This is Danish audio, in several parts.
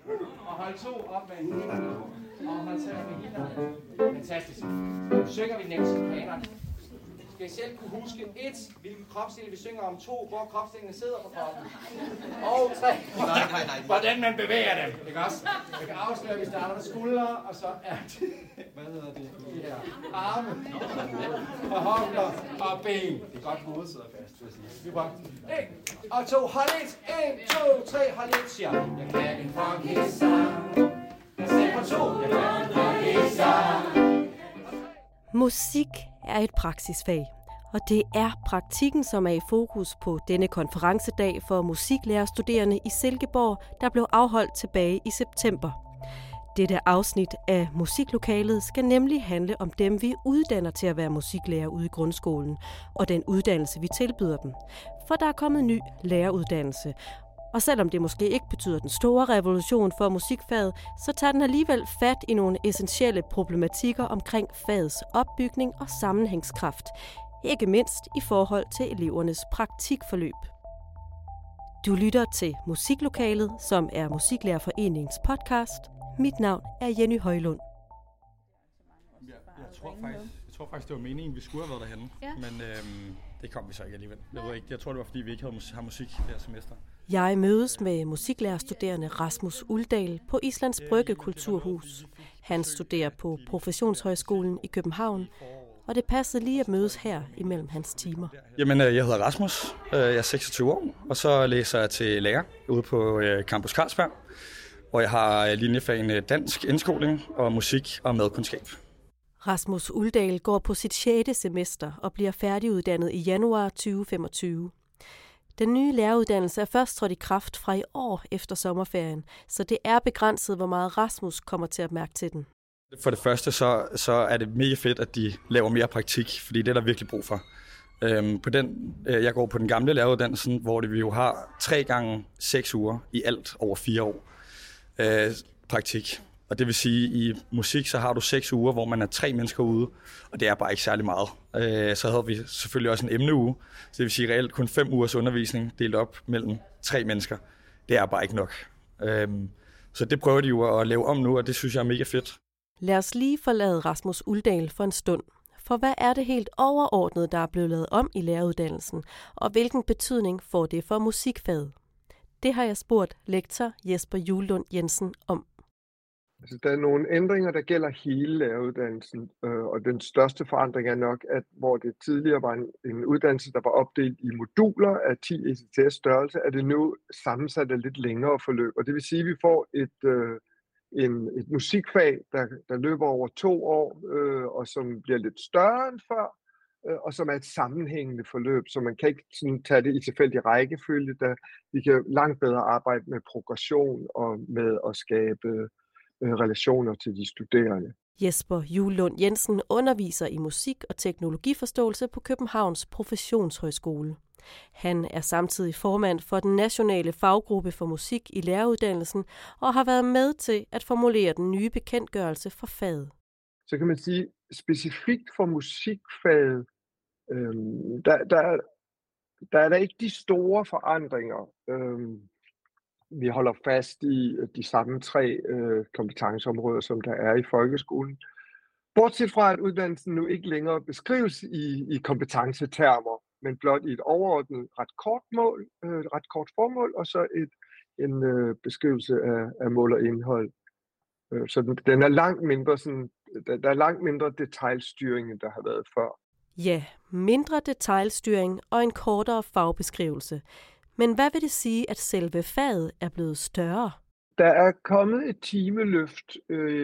Og hold 2 op med hænderne. Og hold 3 med hænderne. Fantastisk. Nu synger vi nemlig kanon. Skal I selv kunne huske 1, hvilken kropsdel vi synger om, 2, hvor kropsdelene sidder på kroppen. Og 3, hvordan man bevæger dem. Ikke også? Jeg kan afsløre, at vi starter med skuldre, og så er det, hvad hedder det, de her arme, og hofter og ben. Det er godt, hovedet sidder fast, vil jeg sige. Vi prøver. 1 og 2, hold 1. 1, 2, 3, hold 1, siger jeg kan en funky sang. Jeg ser på 2, jeg kan en funky sang. Musik er et praksisfag, og det er praktikken, som er i fokus på denne konferencedag for musiklærerstuderende i Silkeborg, der blev afholdt tilbage i september. Dette afsnit af Musiklokalet skal nemlig handle om dem, vi uddanner til at være musiklærer ude i grundskolen, og den uddannelse, vi tilbyder dem. For der er kommet ny læreruddannelse, og selvom det måske ikke betyder den store revolution for musikfaget, så tager den alligevel fat i nogle essentielle problematikker omkring fagets opbygning og sammenhængskraft, ikke mindst i forhold til elevernes praktikforløb. Du lytter til Musiklokalet, som er Musiklærerforeningens podcast. Mit navn er Jenny Højlund. Jeg tror faktisk, det var meningen, vi skulle have været derhenne, men det kom vi så ikke alligevel. Jeg tror, det var, fordi vi ikke har musik det her semester. Jeg mødes med musiklærerstuderende Rasmus Uldal på Islands Brygge Kulturhus. Han studerer på Professionshøjskolen i København, og det passede lige at mødes her imellem hans timer. Jamen, jeg hedder Rasmus, jeg er 26 år, og så læser jeg til lærer ude på Campus Carlsberg, hvor jeg har linjefagene dansk indskoling og musik og madkundskab. Rasmus Uldal går på sit 6. semester og bliver færdiguddannet i januar 2025. Den nye læreruddannelse er først trådt i kraft fra i år efter sommerferien, så det er begrænset, hvor meget Rasmus kommer til at mærke til den. For det første så er det mega fedt, at de laver mere praktik, fordi det er der virkelig brug for. Jeg går på den gamle læreruddannelse, hvor vi jo har 3 gange 6 uger i alt over 4 år praktik. Og det vil sige, at i musik så har du 6 uger, hvor man er 3 mennesker ude, og det er bare ikke særlig meget. Så havde vi selvfølgelig også en emneuge, så det vil sige reelt kun 5 ugers undervisning delt op mellem 3 mennesker. Det er bare ikke nok. Så det prøver de jo at lave om nu, og det synes jeg er mega fedt. Lad os lige forlade Rasmus Uldal for en stund. For hvad er det helt overordnet, der er blevet lavet om i læreruddannelsen, og hvilken betydning får det for musikfaget? Det har jeg spurgt lektor Jesper Juhlund Jensen om. Altså, der er nogle ændringer, der gælder hele læreruddannelsen, og den største forandring er nok, at hvor det tidligere var en uddannelse, der var opdelt i moduler af 10 ECTS størrelse, er det nu sammensat af lidt længere forløb. Og det vil sige, at vi får et musikfag, der løber over 2 år, og som bliver lidt større end før, og som er et sammenhængende forløb, så man kan ikke sådan tage det i tilfældig rækkefølge. Vi kan langt bedre arbejde med progression og med at skabe relationer til de studerende. Jesper Juhlund Jensen underviser i musik- og teknologiforståelse på Københavns Professionshøjskole. Han er samtidig formand for den nationale faggruppe for musik i læreruddannelsen og har været med til at formulere den nye bekendtgørelse for faget. Så kan man sige, specifikt for musikfaget, der er der ikke de store forandringer. Vi holder fast i de samme 3 kompetenceområder, som der er i folkeskolen. Bortset fra, at uddannelsen nu ikke længere beskrives i kompetencetermer, men blot i et overordnet ret kort formål, og så en beskrivelse af mål og indhold. Så den er langt mindre der er langt mindre detailstyring, end der har været før. Ja, mindre detailstyring og en kortere fagbeskrivelse. Men hvad vil det sige, at selve faget er blevet større? Der er kommet et timeløft,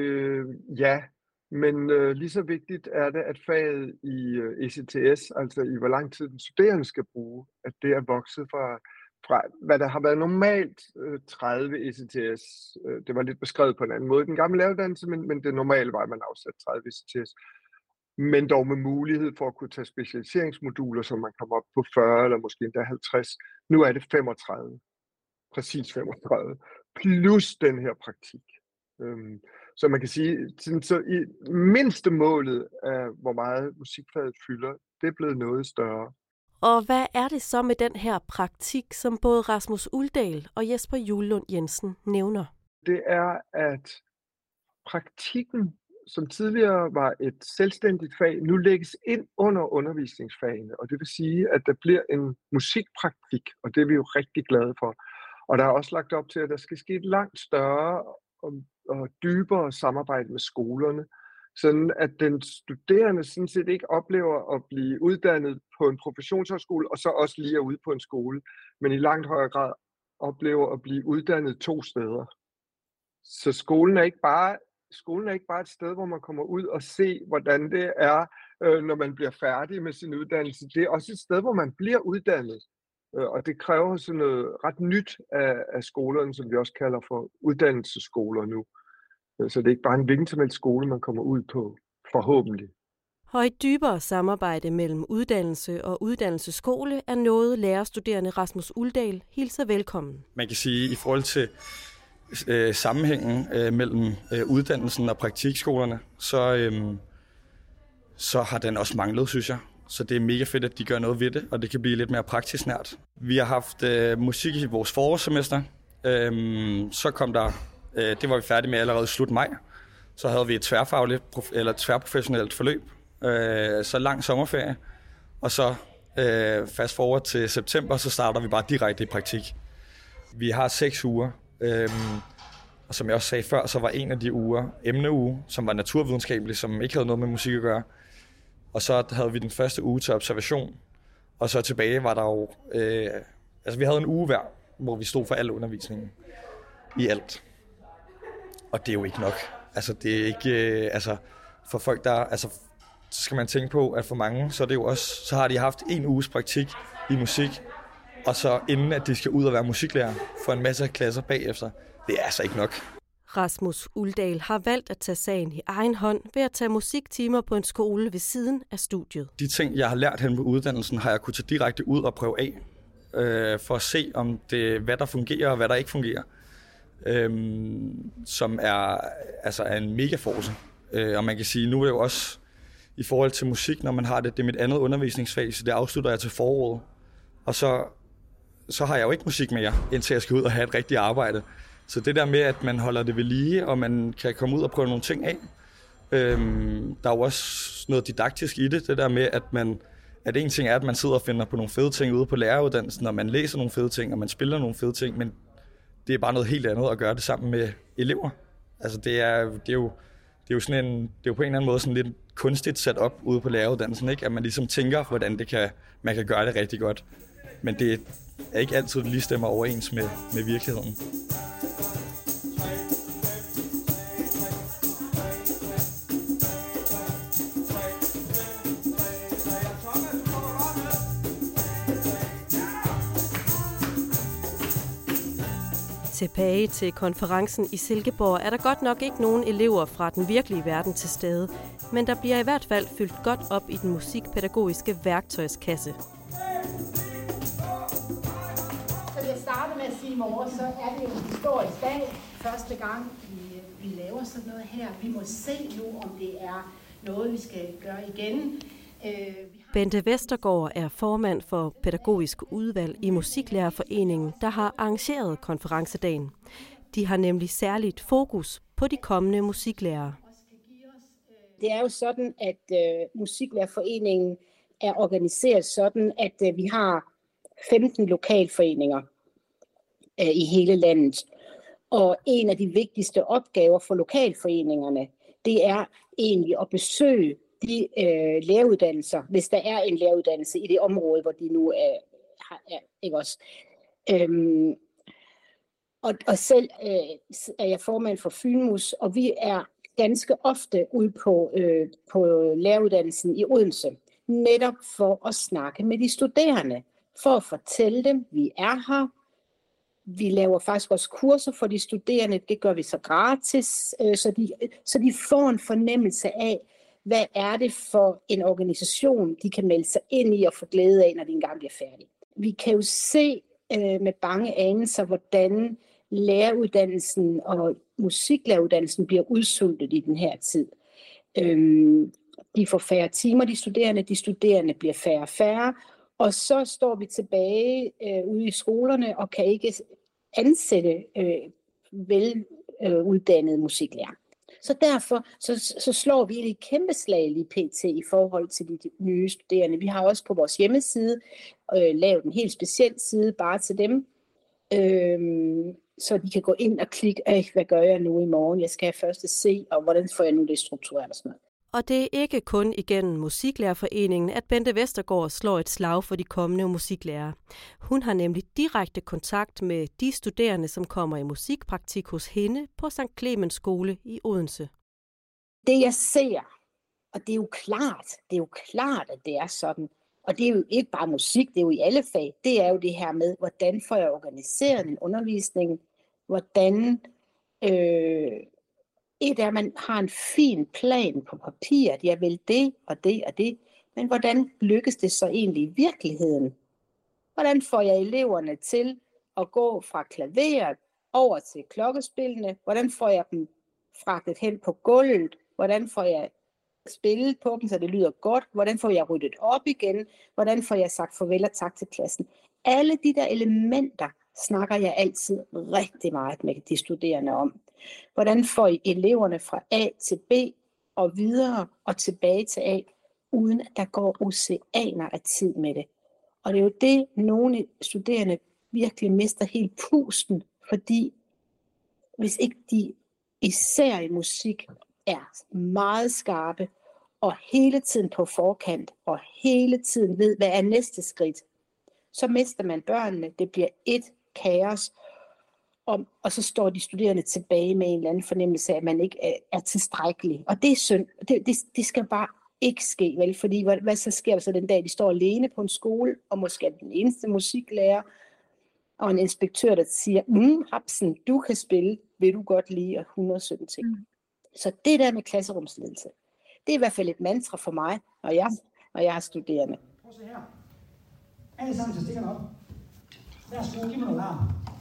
men lige så vigtigt er det, at faget i ECTS, altså i hvor lang tid den studerende skal bruge, at det er vokset fra hvad der har været normalt 30 ECTS. Det var lidt beskrevet på en anden måde i den gamle læreruddannelse, men det normale var, at man afsatte 30 ECTS. Men dog med mulighed for at kunne tage specialiseringsmoduler, så man kommer op på 40 eller måske endda 50. Nu er det 35. Præcis 35. Plus den her praktik. Så man kan sige, så i mindste målet af, hvor meget musikfaget fylder, det er blevet noget større. Og hvad er det så med den her praktik, som både Rasmus Uldal og Jesper Juhlund Jensen nævner? det er, at praktikken, som tidligere var et selvstændigt fag, nu lægges ind under undervisningsfagene, og det vil sige, at der bliver en musikpraktik, og det er vi jo rigtig glade for. Og der er også lagt op til, at der skal ske et langt større og dybere samarbejde med skolerne, sådan at den studerende sådan set ikke oplever at blive uddannet på en professionshøjskole, og så også lige er ude på en skole, men i langt højere grad oplever at blive uddannet 2 steder. Så skolen er ikke bare et sted, hvor man kommer ud og se, hvordan det er, når man bliver færdig med sin uddannelse. Det er også et sted, hvor man bliver uddannet. Og det kræver sådan noget ret nyt af skolerne, som vi også kalder for uddannelsesskoler nu. Så det er ikke bare en hvilken som helst skole, man kommer ud på, forhåbentlig. Og et dybere samarbejde mellem uddannelse og uddannelsesskole er noget lærerstuderende Rasmus Uldal hilser velkommen. Man kan sige, i forhold til sammenhængen mellem uddannelsen og praktikskolerne, så har den også manglet, synes jeg. Så det er mega fedt, at de gør noget ved det, og det kan blive lidt mere praktisk nært. Vi har haft musik i vores forårssemester. Så kom der, det var vi færdige med allerede slut maj. Så havde vi et tværprofessionelt forløb. Så lang sommerferie. Og så fast forward til september, så starter vi bare direkte i praktik. Vi har 6 uger. Og som jeg også sagde før, så var en af de uger emneuge, som var naturvidenskabelig, som ikke havde noget med musik at gøre. Og så havde vi den første uge til observation. Og så tilbage var der jo... vi havde en uge hver, hvor vi stod for al undervisningen. I alt. Og det er jo ikke nok. Altså, det er ikke... for folk, der... så skal man tænke på, at for mange, så er det jo også... Så har de haft 1 uges praktik i musik. Og så inden, at de skal ud og være musiklærer for en masse klasser bagefter. Det er altså ikke nok. Rasmus Uldal har valgt at tage sagen i egen hånd ved at tage musiktimer på en skole ved siden af studiet. De ting, jeg har lært hen på uddannelsen, har jeg kunnet tage direkte ud og prøve af, for at se, om hvad der fungerer og hvad der ikke fungerer. Som er en mega force. Og man kan sige, nu er det jo også i forhold til musik, når man har det er mit andet undervisningsfag, så det afslutter jeg til foråret. Og så har jeg jo ikke musik mere, indtil jeg skal ud og have et rigtigt arbejde. Så det der med, at man holder det ved lige, og man kan komme ud og prøve nogle ting af. Der er jo også noget didaktisk i det. Det der med, at en ting er, at man sidder og finder på nogle fede ting ude på læreruddannelsen, og man læser nogle fede ting, og man spiller nogle fede ting, men det er bare noget helt andet at gøre det sammen med elever. Altså det er jo på en eller anden måde sådan lidt kunstigt sat op ude på læreruddannelsen, ikke? At man ligesom tænker, hvordan man kan gøre det rigtig godt. Men det er ikke altid, det lige stemmer overens med virkeligheden. Tilbage til konferencen i Silkeborg er der godt nok ikke nogen elever fra den virkelige verden til stede, men der bliver i hvert fald fyldt godt op i den musikpædagogiske værktøjskasse. Så jeg starter med at sige i morgen, så er det jo en historisk dag. Første gang vi laver sådan noget her. Vi må se nu, om det er noget, vi skal gøre igen. Bente Vestergaard er formand for pædagogisk udvalg i Musiklærerforeningen, der har arrangeret konferencedagen. De har nemlig særligt fokus på de kommende musiklærere. Det er jo sådan, at Musiklærerforeningen er organiseret sådan, at vi har 15 lokalforeninger i hele landet. Og en af de vigtigste opgaver for lokalforeningerne, det er egentlig at besøge de læreruddannelser, hvis der er en læreruddannelse i det område, hvor de nu er ikke også. Og selv er jeg formand for Fynmus, og vi er ganske ofte ude på læreruddannelsen i Odense, netop for at snakke med de studerende, for at fortælle dem, vi er her. Vi laver faktisk også kurser for de studerende, det gør vi så gratis, så de får en fornemmelse af, hvad er det for en organisation, de kan melde sig ind i og få glæde af, når de engang bliver færdige. Vi kan jo se med bange anelser, hvordan læreruddannelsen og musiklæreruddannelsen bliver udsultet i den her tid. De får færre timer, de studerende bliver færre og færre, og så står vi tilbage ude i skolerne og kan ikke ansætte uddannede musiklærer. Så derfor så slår vi et kæmpe slag lige pt. I forhold til de nye studerende. Vi har også på vores hjemmeside lavet en helt speciel side bare til dem, så de kan gå ind og klikke, hvad gør jeg nu i morgen? Jeg skal først se, og hvordan får jeg nu det struktureret og sådan noget. Og det er ikke kun igennem Musiklærerforeningen, at Bente Vestergaard slår et slag for de kommende musiklærere. Hun har nemlig direkte kontakt med de studerende, som kommer i musikpraktik hos hende på St. Clemens Skole i Odense. Det jeg ser, og det er jo klart, at det er sådan, og det er jo ikke bare musik, det er jo i alle fag, det er jo det her med, hvordan får jeg organiseret en undervisning, hvordan man har en fin plan på papiret, jeg vil det og det og det, men hvordan lykkes det så egentlig i virkeligheden? Hvordan får jeg eleverne til at gå fra klaveret over til klokkespillene? Hvordan får jeg dem fragtet hen på gulvet? Hvordan får jeg spillet på dem, så det lyder godt? Hvordan får jeg ryddet op igen? Hvordan får jeg sagt farvel og tak til klassen? Alle de der elementer snakker jeg altid rigtig meget med de studerende om. Hvordan får I eleverne fra A til B og videre og tilbage til A, uden at der går oceaner af tid med det? Og det er jo det, nogle studerende virkelig mister helt pusten, fordi hvis ikke de, især i musik, er meget skarpe og hele tiden på forkant og hele tiden ved, hvad er næste skridt, så mister man børnene. Det bliver et kaos, og så står de studerende tilbage med en eller anden fornemmelse af, at man ikke er tilstrækkelig. Og det er synd. Det skal bare ikke ske, vel? Fordi hvad så sker der så den dag, de står alene på en skole, og måske er den eneste musiklærer, og en inspektør, der siger, Hapsen, du kan spille, vil du godt lide, og 117 ting. Så det der med klasserumsledelse, det er i hvert fald et mantra for mig, når jeg er studerende. Prøv at se her. Alle sammen til stikkerne op. Værsgo, giv mig noget larm.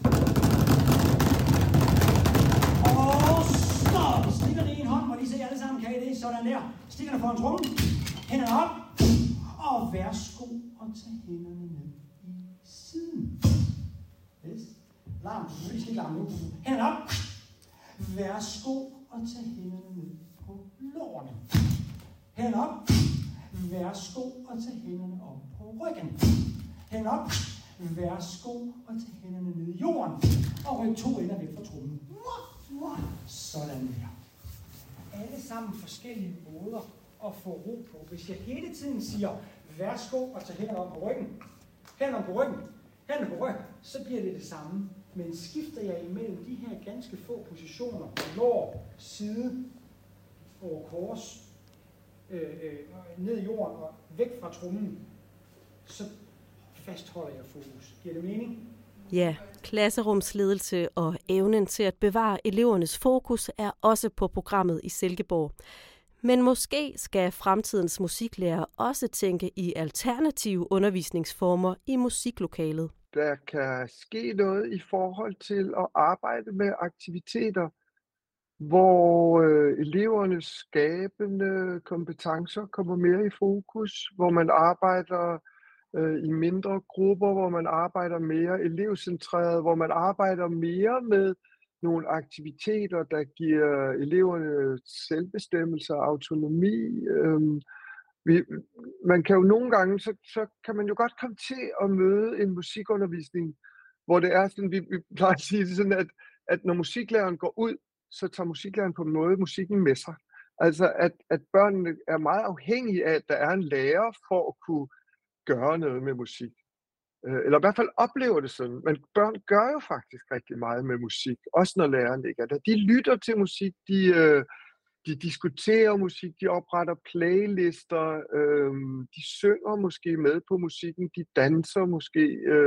Og stop! Stikkerne i en hånd, hvor de ser alle sammen, kan I det? Sådan der. Stikkerne foran trummen. Hænderne op. Og værsgo og tag hænderne ned i siden. Yes. Larm. Vi skal ikke larme nu. Hænderne op. Værsgo og tag hænderne ned på lårene. Hænderne op. Værsgo og tag hænderne op på ryggen. Hænderne op. Værsgo og tag hænderne ned i jorden. Og ryk 2 ender væk fra trummen. Sådan der. Alle sammen forskellige måder at få ro på. Hvis jeg hele tiden siger, værsgo og tag hænderne op på ryggen. Hænderne på ryggen. Hænderne på ryggen. Så bliver det det samme. Men skifter jeg imellem de her ganske få positioner, lår, side, over kors, ned i jorden og væk fra trummen, så fastholder jeg fokus. Giver det mening? Ja, klasserumsledelse og evnen til at bevare elevernes fokus er også på programmet i Silkeborg. Men måske skal fremtidens musiklærer også tænke i alternative undervisningsformer i musiklokalet. Der kan ske noget i forhold til at arbejde med aktiviteter, hvor elevernes skabende kompetencer kommer mere i fokus, hvor man arbejder i mindre grupper, hvor man arbejder mere elevcentreret, hvor man arbejder mere med nogle aktiviteter, der giver eleverne selvbestemmelse og autonomi. Man kan jo nogle gange, så kan man jo godt komme til at møde en musikundervisning, hvor det er sådan, vi plejer at sige det sådan, at når musiklæreren går ud, så tager musiklæreren på en måde musikken med sig. Altså at børnene er meget afhængige af, at der er en lærer for at kunne gøre noget med musik. Eller i hvert fald oplever det sådan. Men børn gør jo faktisk rigtig meget med musik, også når læreren ikke er der. De lytter til musik, de diskuterer musik, de opretter playlister, de synger måske med på musikken, de danser måske,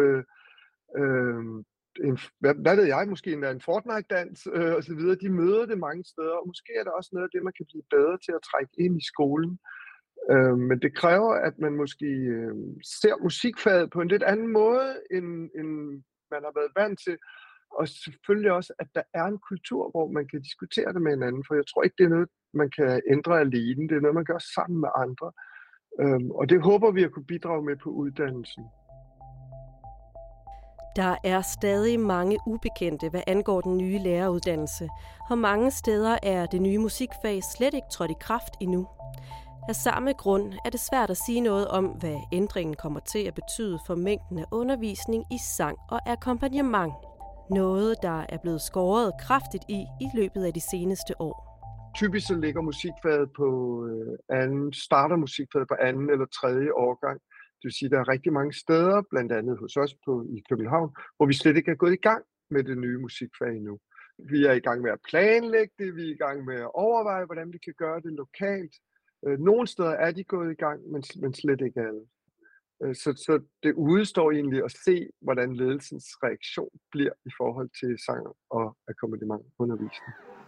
hvad ved jeg, måske en Fortnite-dans osv. De møder det mange steder, og måske er der også noget af det, man kan blive bedre til at trække ind i skolen. Men det kræver, at man måske ser musikfaget på en lidt anden måde, end man har været vant til. Og selvfølgelig også, at der er en kultur, hvor man kan diskutere det med hinanden. For jeg tror ikke, det er noget, man kan ændre alene. Det er noget, man gør sammen med andre. Og det håber vi at kunne bidrage med på uddannelsen. Der er stadig mange ubekendte, hvad angår den nye læreruddannelse, og mange steder er det nye musikfag slet ikke trådt i kraft endnu. Af samme grund er det svært at sige noget om, hvad ændringen kommer til at betyde for mængden af undervisning i sang og akkompagnement. Noget, der er blevet skåret kraftigt i løbet af de seneste år. Typisk så ligger musikfaget starter musikfaget på anden eller tredje årgang. Det vil sige, at der er rigtig mange steder, blandt andet hos os i København, hvor vi slet ikke er gået i gang med det nye musikfag endnu. Vi er i gang med at planlægge det, vi er i gang med at overveje, hvordan vi kan gøre det lokalt. Nogle steder er de gået i gang, men slet ikke alle. Så det udestår egentlig at se, hvordan ledelsens reaktion bliver i forhold til sang og akkompagnementundervisning.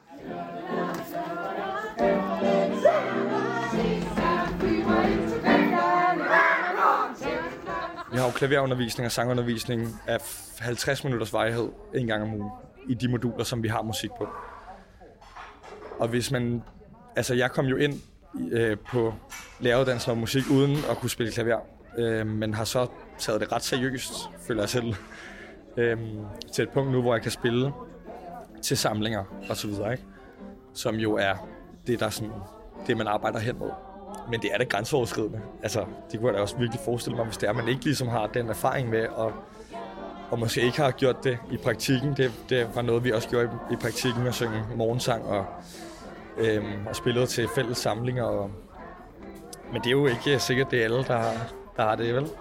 Vi har jo klaverundervisning og sangundervisning af 50 minutters varighed en gang om ugen i de moduler, som vi har musik på. Og hvis man... Altså, jeg kom jo ind på læreruddannelsen og musik uden at kunne spille klaver, men har så taget det ret seriøst, føler jeg selv, til et punkt nu, hvor jeg kan spille til samlinger og så videre, ikke? Som jo er det, der sådan, det, man arbejder hen mod. Men det er det grænseoverskridende. Altså, det kunne jeg da også virkelig forestille mig, hvis det er, man ikke ligesom har den erfaring med, og måske ikke har gjort det i praktikken. Det var noget, vi også gjorde i praktikken, at synge morgensang og spillede til fælles samlinger. Men det er jo ikke sikkert, det er alle, der har det, vel?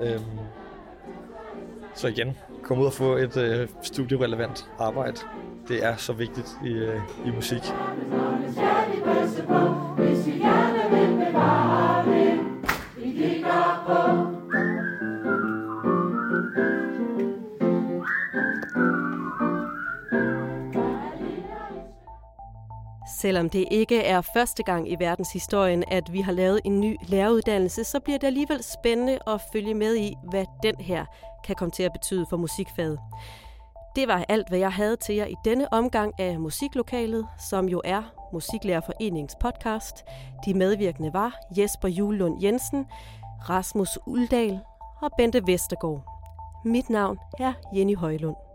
Så igen, kom ud og få et studierelevant arbejde. Det er så vigtigt i musik. Selvom det ikke er første gang i verdenshistorien, at vi har lavet en ny læreruddannelse, så bliver det alligevel spændende at følge med i, hvad den her kan komme til at betyde for musikfaget. Det var alt, hvad jeg havde til jer i denne omgang af Musiklokalet, som jo er Musiklærerforeningens podcast. De medvirkende var Jesper Juhlund Jensen, Rasmus Uldal og Bente Vestergaard. Mit navn er Jenny Højlund.